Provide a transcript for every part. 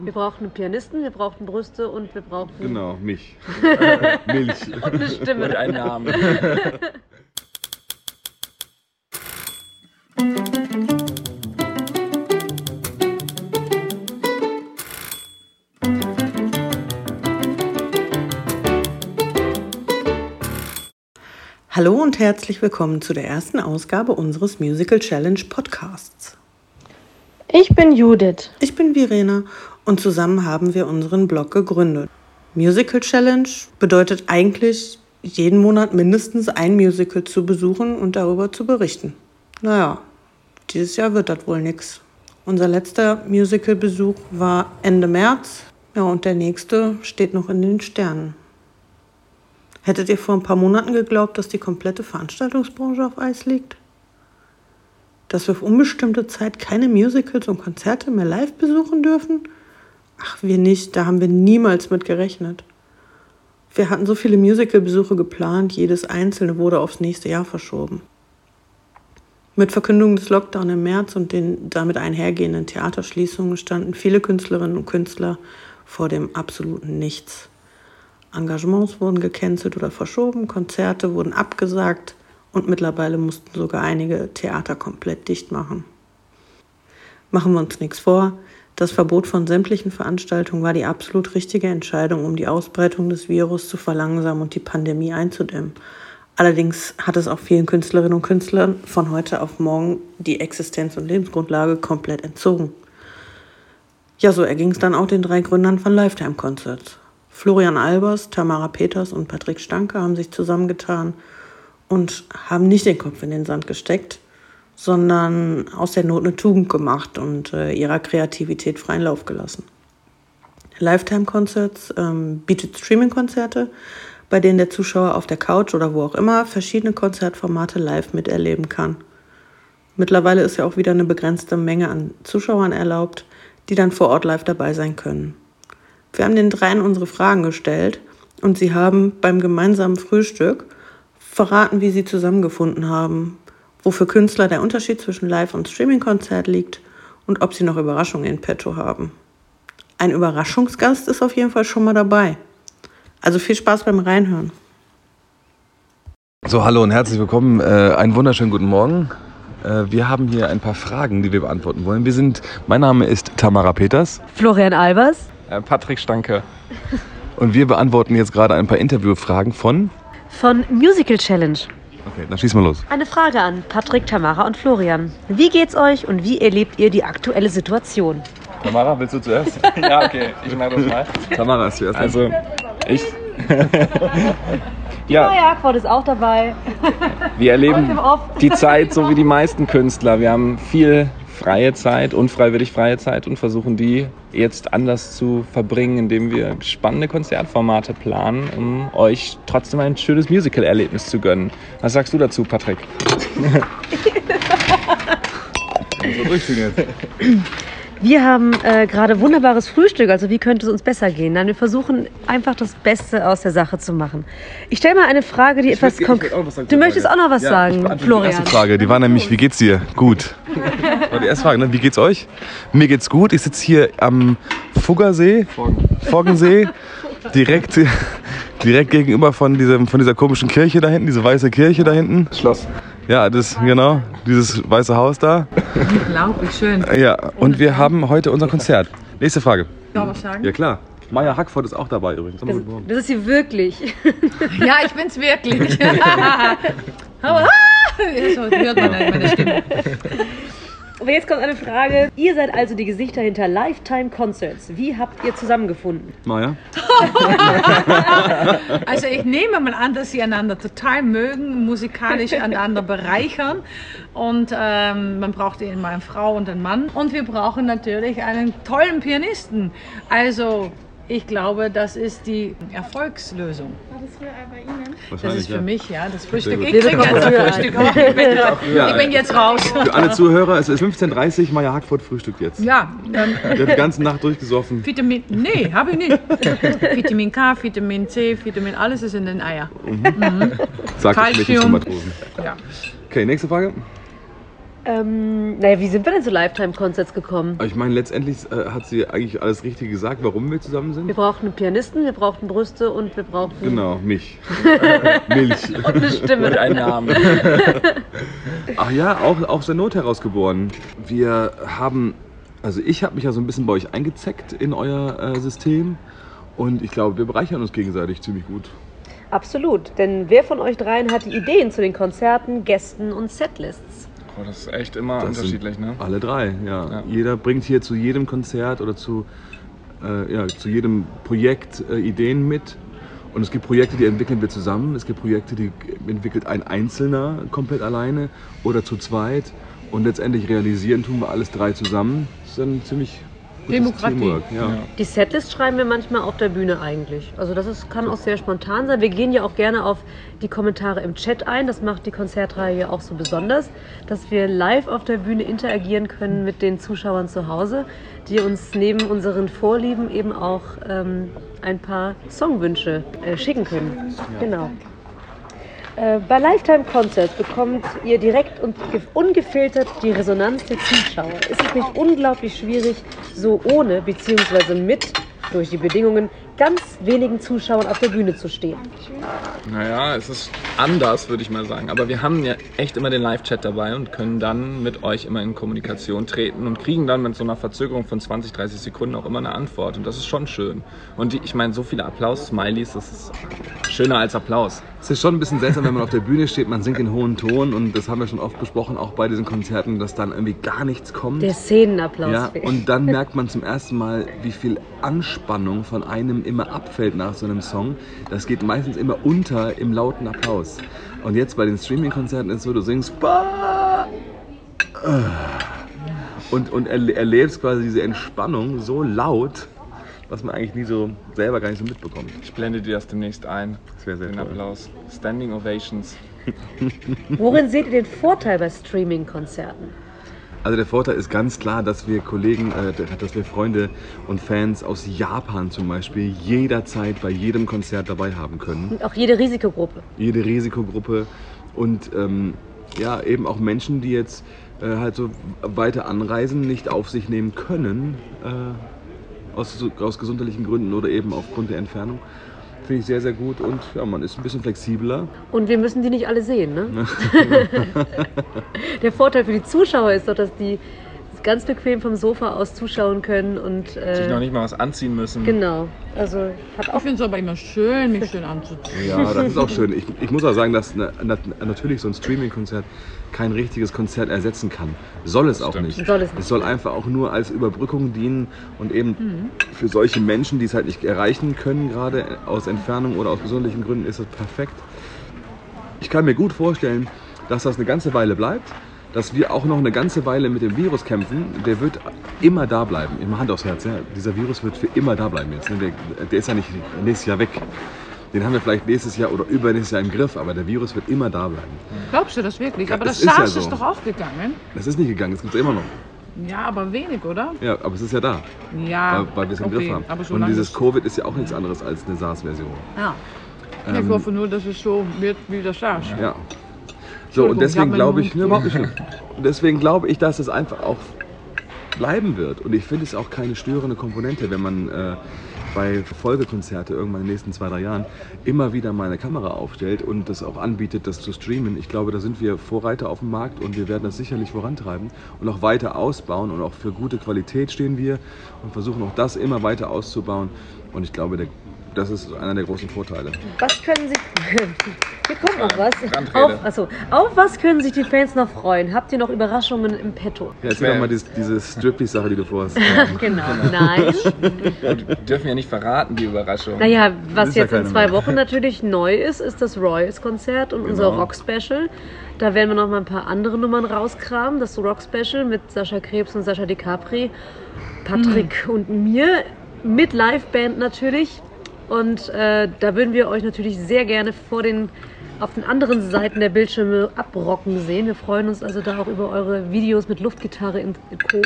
Wir brauchten einen Pianisten, wir brauchten Brüste und wir brauchten... Genau, mich. Milch. Und eine Stimme. Und einen Namen. Hallo und herzlich willkommen zu der ersten Ausgabe unseres Musical Challenge Podcasts. Ich bin Judith. Ich bin Verena und zusammen haben wir unseren Blog gegründet. Musical Challenge bedeutet eigentlich, jeden Monat mindestens ein Musical zu besuchen und darüber zu berichten. Naja, dieses Jahr wird das wohl nix. Unser letzter Musical-Besuch war Ende März, ja, und der nächste steht noch in den Sternen. Hättet ihr vor ein paar Monaten geglaubt, dass die komplette Veranstaltungsbranche auf Eis liegt? Dass wir auf unbestimmte Zeit keine Musicals und Konzerte mehr live besuchen dürfen? Ach, wir nicht, da haben wir niemals mit gerechnet. Wir hatten so viele Musical-Besuche geplant, jedes einzelne wurde aufs nächste Jahr verschoben. Mit Verkündung des Lockdown im März und den damit einhergehenden Theaterschließungen standen viele Künstlerinnen und Künstler vor dem absoluten Nichts. Engagements wurden gecancelt oder verschoben, Konzerte wurden abgesagt und mittlerweile mussten sogar einige Theater komplett dicht machen. Machen wir uns nichts vor, das Verbot von sämtlichen Veranstaltungen war die absolut richtige Entscheidung, um die Ausbreitung des Virus zu verlangsamen und die Pandemie einzudämmen. Allerdings hat es auch vielen Künstlerinnen und Künstlern von heute auf morgen die Existenz und Lebensgrundlage komplett entzogen. Ja, so erging es dann auch den 3 Gründern von Lifetime Concerts. Florian Albers, Tamara Peters und Patrick Stanke haben sich zusammengetan und haben nicht den Kopf in den Sand gesteckt, sondern aus der Not eine Tugend gemacht und ihrer Kreativität freien Lauf gelassen. Lifetime Concerts bietet Streaming-Konzerte, bei denen der Zuschauer auf der Couch oder wo auch immer verschiedene Konzertformate live miterleben kann. Mittlerweile ist ja auch wieder eine begrenzte Menge an Zuschauern erlaubt, die dann vor Ort live dabei sein können. Wir haben den 3 unsere Fragen gestellt und sie haben beim gemeinsamen Frühstück verraten, wie sie zusammengefunden haben, wo für Künstler der Unterschied zwischen Live- und Streaming-Konzert liegt und ob sie noch Überraschungen in petto haben. Ein Überraschungsgast ist auf jeden Fall schon mal dabei. Also viel Spaß beim Reinhören. So, hallo und herzlich willkommen. Einen wunderschönen guten Morgen. Wir haben hier ein paar Fragen, die wir beantworten wollen. Mein Name ist Tamara Peters. Florian Albers. Patrick Stanke. Und wir beantworten jetzt gerade ein paar Interviewfragen von Musical Challenge. Okay, dann schieß mal los. Eine Frage an Patrick, Tamara und Florian. Wie geht's euch und wie erlebt ihr die aktuelle Situation? Tamara, willst du zuerst? Ja, okay, ich mache das mal. Tamara ist zuerst. Also, ich. Ja, Jakob ist auch dabei. Wir erleben die Zeit so wie die meisten Künstler. Wir haben viel freie Zeit, unfreiwillig freie Zeit und versuchen die jetzt anders zu verbringen, indem wir spannende Konzertformate planen, um euch trotzdem ein schönes Musical-Erlebnis zu gönnen. Was sagst du dazu, Patrick? So durchfügen jetzt. Wir haben gerade wunderbares Frühstück, also wie könnte es uns besser gehen? Nein, wir versuchen einfach das Beste aus der Sache zu machen. Ich stelle mal eine Frage, die etwas konkret... Du möchtest auch noch was sagen, Florian? Die erste Frage, die war nämlich, wie geht's dir? Gut. Das war die erste Frage, ne? Wie geht's euch? Mir geht's gut. Ich sitze hier am Fuggersee, Foggensee, direkt gegenüber von dieser komischen Kirche da hinten, diese weiße Kirche da hinten. Schloss. Ja, genau, dieses weiße Haus da. Unglaublich schön. Ja, und wir haben heute unser Konzert. Nächste Frage. Darf ich was sagen? Ja, klar. Maja Hackford ist auch dabei übrigens. Das ist sie wirklich. Ja, ich bin's wirklich. So hört man meine Stimme. Aber jetzt kommt eine Frage. Ihr seid also die Gesichter hinter Lifetime Concerts. Wie habt ihr zusammengefunden? Maja? Also ich nehme mal an, dass sie einander total mögen, musikalisch einander bereichern. Und man braucht eben mal eine Frau und einen Mann. Und wir brauchen natürlich einen tollen Pianisten. Also ich glaube, das ist die Erfolgslösung. War das früher bei Ihnen? Das ist für mich, ja, das Frühstück. gut. Ich trinke jetzt das Frühstück auch. Ich bin jetzt raus. Für alle Zuhörer, es ist 15:30 Uhr, Maja Hackford frühstückt jetzt. Ja, Der hat die ganze Nacht durchgesoffen. Nee, habe ich nicht. Vitamin K, Vitamin C, alles ist in den Eiern. Sagt das Mädchen zum Calcium. Matrosen. Ja. Okay, nächste Frage. Naja, wie sind wir denn zu Lifetime-Concerts gekommen? Ich meine, letztendlich hat sie eigentlich alles richtig gesagt, warum wir zusammen sind. Wir brauchten einen Pianisten, wir brauchten Brüste und wir brauchten... Genau, mich. Milch. Und eine Stimme. Und einen Namen. Ach ja, auch aus der Not heraus geboren. Wir haben... Also ich habe mich ja so ein bisschen bei euch eingezeckt in euer System. Und ich glaube, wir bereichern uns gegenseitig ziemlich gut. Absolut, denn wer von euch dreien hat die Ideen zu den Konzerten, Gästen und Setlists? Oh, das ist echt immer unterschiedlich, ne? Alle drei, ja. Jeder bringt hier zu jedem Konzert oder zu jedem Projekt Ideen mit. Und es gibt Projekte, die entwickeln wir zusammen. Es gibt Projekte, die entwickelt ein Einzelner komplett alleine oder zu zweit. Und letztendlich realisieren tun wir alles drei zusammen. Das ist ein ziemlich gutes Demokratie. Teamwork. Ja. Die Setlist schreiben wir manchmal auf der Bühne eigentlich. Also kann auch sehr spontan sein. Wir gehen ja auch gerne auf die Kommentare im Chat ein. Das macht die Konzertreihe ja auch so besonders, dass wir live auf der Bühne interagieren können mit den Zuschauern zu Hause, die uns neben unseren Vorlieben eben auch ein paar Songwünsche schicken können. Ja. Genau. Bei Lifetime Concerts bekommt ihr direkt und ungefiltert die Resonanz der Zuschauer. Ist es nicht unglaublich schwierig, so ohne bzw. mit, durch die Bedingungen, ganz wenigen Zuschauern auf der Bühne zu stehen? Naja, es ist anders, würde ich mal sagen. Aber wir haben ja echt immer den Live-Chat dabei und können dann mit euch immer in Kommunikation treten und kriegen dann mit so einer Verzögerung von 20, 30 Sekunden auch immer eine Antwort. Und das ist schon schön. Und ich meine, so viele Applaus-Smileys, das ist schöner als Applaus. Es ist schon ein bisschen seltsam, wenn man auf der Bühne steht, man singt in hohen Ton und das haben wir schon oft besprochen, auch bei diesen Konzerten, dass dann irgendwie gar nichts kommt. Der Szenenapplaus. Ja, und dann merkt man zum ersten Mal, wie viel Anspannung von einem immer abfällt nach so einem Song. Das geht meistens immer unter im lauten Applaus. Und jetzt bei den Streaming-Konzerten ist es so, du singst und erlebst quasi diese Entspannung so laut, was man eigentlich selber gar nicht so mitbekommt. Ich blende dir das demnächst ein. Das wäre sehr den toll. Applaus. Standing Ovations. Worin seht ihr den Vorteil bei Streaming-Konzerten? Also der Vorteil ist ganz klar, dass wir dass wir Freunde und Fans aus Japan zum Beispiel jederzeit bei jedem Konzert dabei haben können. Und auch jede Risikogruppe. Jede Risikogruppe und eben auch Menschen, die jetzt halt so weiter anreisen, nicht auf sich nehmen können, aus gesundheitlichen Gründen oder eben aufgrund der Entfernung. Finde ich sehr, sehr gut und ja, man ist ein bisschen flexibler. Und wir müssen die nicht alle sehen, ne? Der Vorteil für die Zuschauer ist doch, dass die ganz bequem vom Sofa aus zuschauen können und sich noch nicht mal was anziehen müssen. Genau. Also ich finde es aber immer schön, mich schön anzuziehen. Ja, das ist auch schön. Ich muss auch sagen, dass natürlich so ein Streaming-Konzert kein richtiges Konzert ersetzen kann. Soll es auch nicht. Es soll einfach auch nur als Überbrückung dienen und eben für solche Menschen, die es halt nicht erreichen können, gerade aus Entfernung oder aus gesundheitlichen Gründen, ist das perfekt. Ich kann mir gut vorstellen, dass das eine ganze Weile bleibt, dass wir auch noch eine ganze Weile mit dem Virus kämpfen. Der wird immer da bleiben. Immer Hand aufs Herz. Ja. Dieser Virus wird für immer da bleiben jetzt. Der ist ja nicht nächstes Jahr weg. Den haben wir vielleicht nächstes Jahr oder übernächstes Jahr im Griff, aber der Virus wird immer da bleiben. Glaubst du das wirklich? Ja, aber das SARS ja so. ist doch aufgegangen. Das ist nicht gegangen, das gibt es immer noch. Ja, aber wenig, oder? Ja, aber es ist ja da. Ja, weil wir es im Griff haben. Und dieses Covid ist ja auch nichts anderes als eine SARS-Version. Ja. Ich hoffe nur, dass es so wird wie das SARS. Ja. So, und deswegen glaube ich, deswegen glaube ich, dass es einfach auch bleiben wird. Und ich finde es auch keine störende Komponente, wenn man bei Folgekonzerte irgendwann in den nächsten 2-3 Jahren immer wieder mal eine Kamera aufstellt und das auch anbietet, das zu streamen. Ich glaube, da sind wir Vorreiter auf dem Markt und wir werden das sicherlich vorantreiben und auch weiter ausbauen und auch für gute Qualität stehen wir und versuchen auch das immer weiter auszubauen. Und ich glaube, das ist einer der großen Vorteile. Was können sich... Hier kommt noch was. Auf was können sich die Fans noch freuen? Habt ihr noch Überraschungen im Petto? Ja, erzähl doch mal diese Striptease-Sache, die du vorhast. Genau, nein. Wir dürfen ja nicht verraten, die Überraschung. Naja, was jetzt in 2 Wochen natürlich neu ist das Royals-Konzert und unser Rock-Special. Da werden wir noch mal ein paar andere Nummern rauskramen. Das Rock-Special mit Sascha Krebs und Sascha DiCapri, Patrick und mir, mit Liveband natürlich. Und da würden wir euch natürlich sehr gerne auf den anderen Seiten der Bildschirme abrocken sehen. Wir freuen uns also da auch über eure Videos mit Luftgitarre und Co.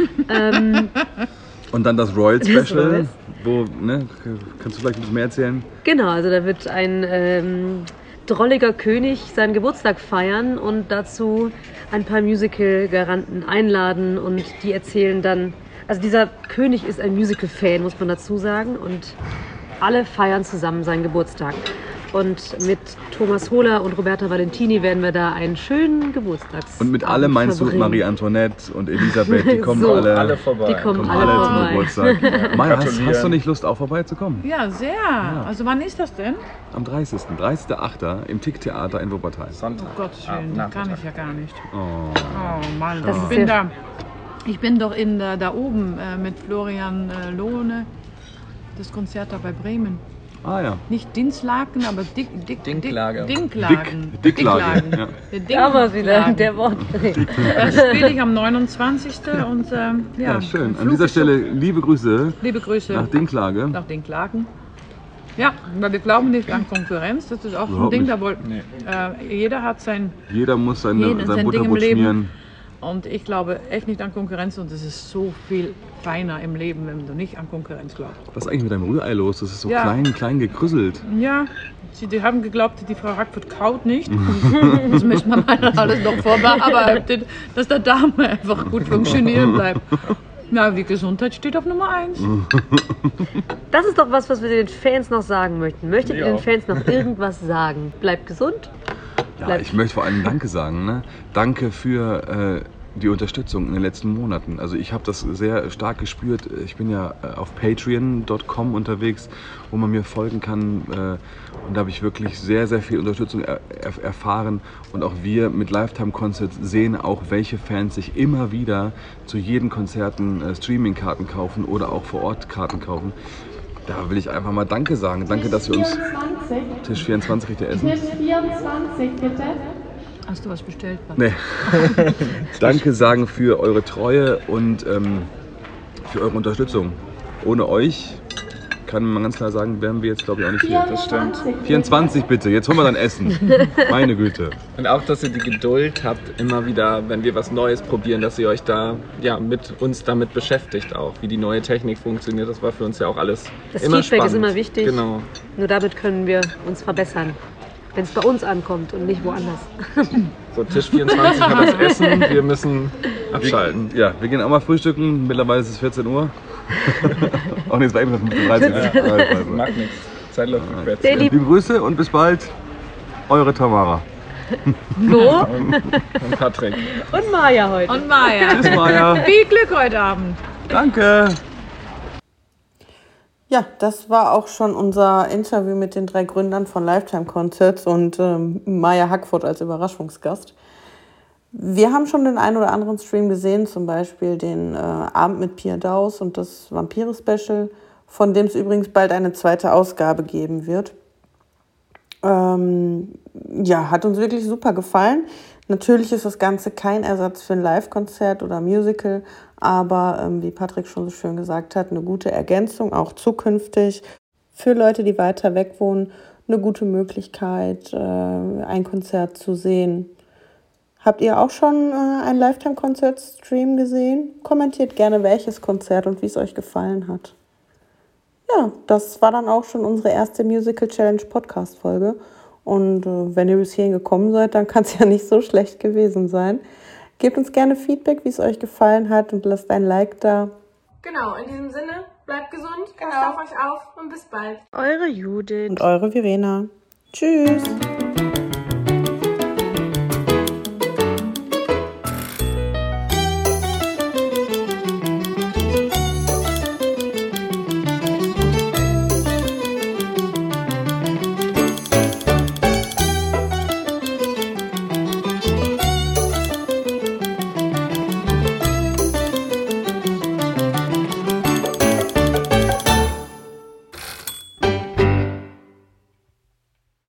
Und dann das Royal Special, wo, kannst du vielleicht ein bisschen mehr erzählen? Genau, also da wird ein drolliger König seinen Geburtstag feiern und dazu ein paar Musical-Garanten einladen und die erzählen dann, also dieser König ist ein Musical-Fan, muss man dazu sagen, und alle feiern zusammen seinen Geburtstag. Und mit Thomas Hohler und Roberta Valentini werden wir da einen schönen Geburtstag. Und mit allem meinst du Marie Antoinette und Elisabeth, die kommen so, alle vorbei. Die kommen alle zum Geburtstag. Ja. Maja, hast du nicht Lust, auch vorbeizukommen? Ja, sehr. Ja. Also wann ist das denn? Am 30.8. im Tick-Theater in Wuppertal. Sonntag. Oh Gottes Willen, das kann ich ja gar nicht. Oh Mann, ich bin doch da oben mit Florian Lohne, das Konzert da bei Bremen. Ah ja. Nicht Dinslaken, aber Dinklagen. Dicklagen. Ja. Da war wieder der Wort. Das spiele ich am 29. und ja, schön. An dieser Stelle liebe Grüße. Nach Dinklage. Nach Dinklagen. Ja, weil wir glauben nicht an Konkurrenz. Das ist auch ein Ding, da jeder muss sein Butterbrot schmieren. Und ich glaube echt nicht an Konkurrenz und es ist so viel feiner im Leben, wenn du nicht an Konkurrenz glaubst. Was ist eigentlich mit deinem Rührei los? Das ist so klein gekrüsselt. Ja, die haben geglaubt, die Frau Hackfurt kaut nicht. Das müssen wir mal alles noch vorbearbeiten, dass der Darm einfach gut funktionieren bleibt. Ja, die Gesundheit steht auf Nummer 1. Das ist doch was wir den Fans noch sagen möchten. Möchtet ihr den Fans noch irgendwas sagen? Bleibt gesund. Ja, ich möchte vor allem Danke sagen. Ne? Danke für die Unterstützung in den letzten Monaten. Also ich habe das sehr stark gespürt. Ich bin ja auf patreon.com unterwegs, wo man mir folgen kann. Und da habe ich wirklich sehr, sehr viel Unterstützung erfahren. Und auch wir mit Lifetime Concerts sehen auch, welche Fans sich immer wieder zu jeden Konzerten Streaming-Karten kaufen oder auch vor Ort Karten kaufen. Da will ich einfach mal Danke sagen. Danke, dass ihr uns... Tisch 24 kriegt ihr Essen. Tisch 24, bitte. Hast du was bestellt? Nee. Danke sagen für eure Treue und für eure Unterstützung. Ohne euch, kann man ganz klar sagen, wären wir jetzt, glaube ich, auch nicht hier. Das stimmt. 24 bitte, jetzt holen wir dann Essen. Meine Güte. Und auch, dass ihr die Geduld habt, immer wieder, wenn wir was Neues probieren, dass ihr euch da mit uns damit beschäftigt auch. Wie die neue Technik funktioniert, das war für uns ja auch alles das immer Feedback spannend. Ist immer wichtig. Genau. Nur damit können wir uns verbessern. Wenn es bei uns ankommt und nicht woanders. So, Tisch 24 hat das Essen, wir müssen abschalten. Ja, wir gehen auch mal frühstücken. Mittlerweile ist es 14 Uhr. Auch jetzt war eben noch 15:30 Uhr. Mag nichts. Zeit läuft rückwärts. Liebe Grüße und bis bald. Eure Tamara. Wo? Und Patrick. Und Maja heute. Und Maja. Tschüss, Maja. Viel Glück heute Abend. Danke. Ja, das war auch schon unser Interview mit den 3 Gründern von Lifetime Concerts und Maja Hackfurt als Überraschungsgast. Wir haben schon den einen oder anderen Stream gesehen, zum Beispiel den Abend mit Pia Daus und das Vampire-Special, von dem es übrigens bald eine 2. Ausgabe geben wird. Hat uns wirklich super gefallen. Natürlich ist das Ganze kein Ersatz für ein Live-Konzert oder Musical, aber wie Patrick schon so schön gesagt hat, eine gute Ergänzung, auch zukünftig. Für Leute, die weiter weg wohnen, eine gute Möglichkeit, ein Konzert zu sehen. Habt ihr auch schon einen Lifetime-Konzert-Stream gesehen? Kommentiert gerne, welches Konzert und wie es euch gefallen hat. Ja, das war dann auch schon unsere erste Musical Challenge Podcast-Folge. Und wenn ihr bis hierhin gekommen seid, dann kann es ja nicht so schlecht gewesen sein. Gebt uns gerne Feedback, wie es euch gefallen hat und lasst ein Like da. Genau, in diesem Sinne, bleibt gesund, passt auf euch auf und bis bald. Eure Judith. Und eure Verena. Tschüss.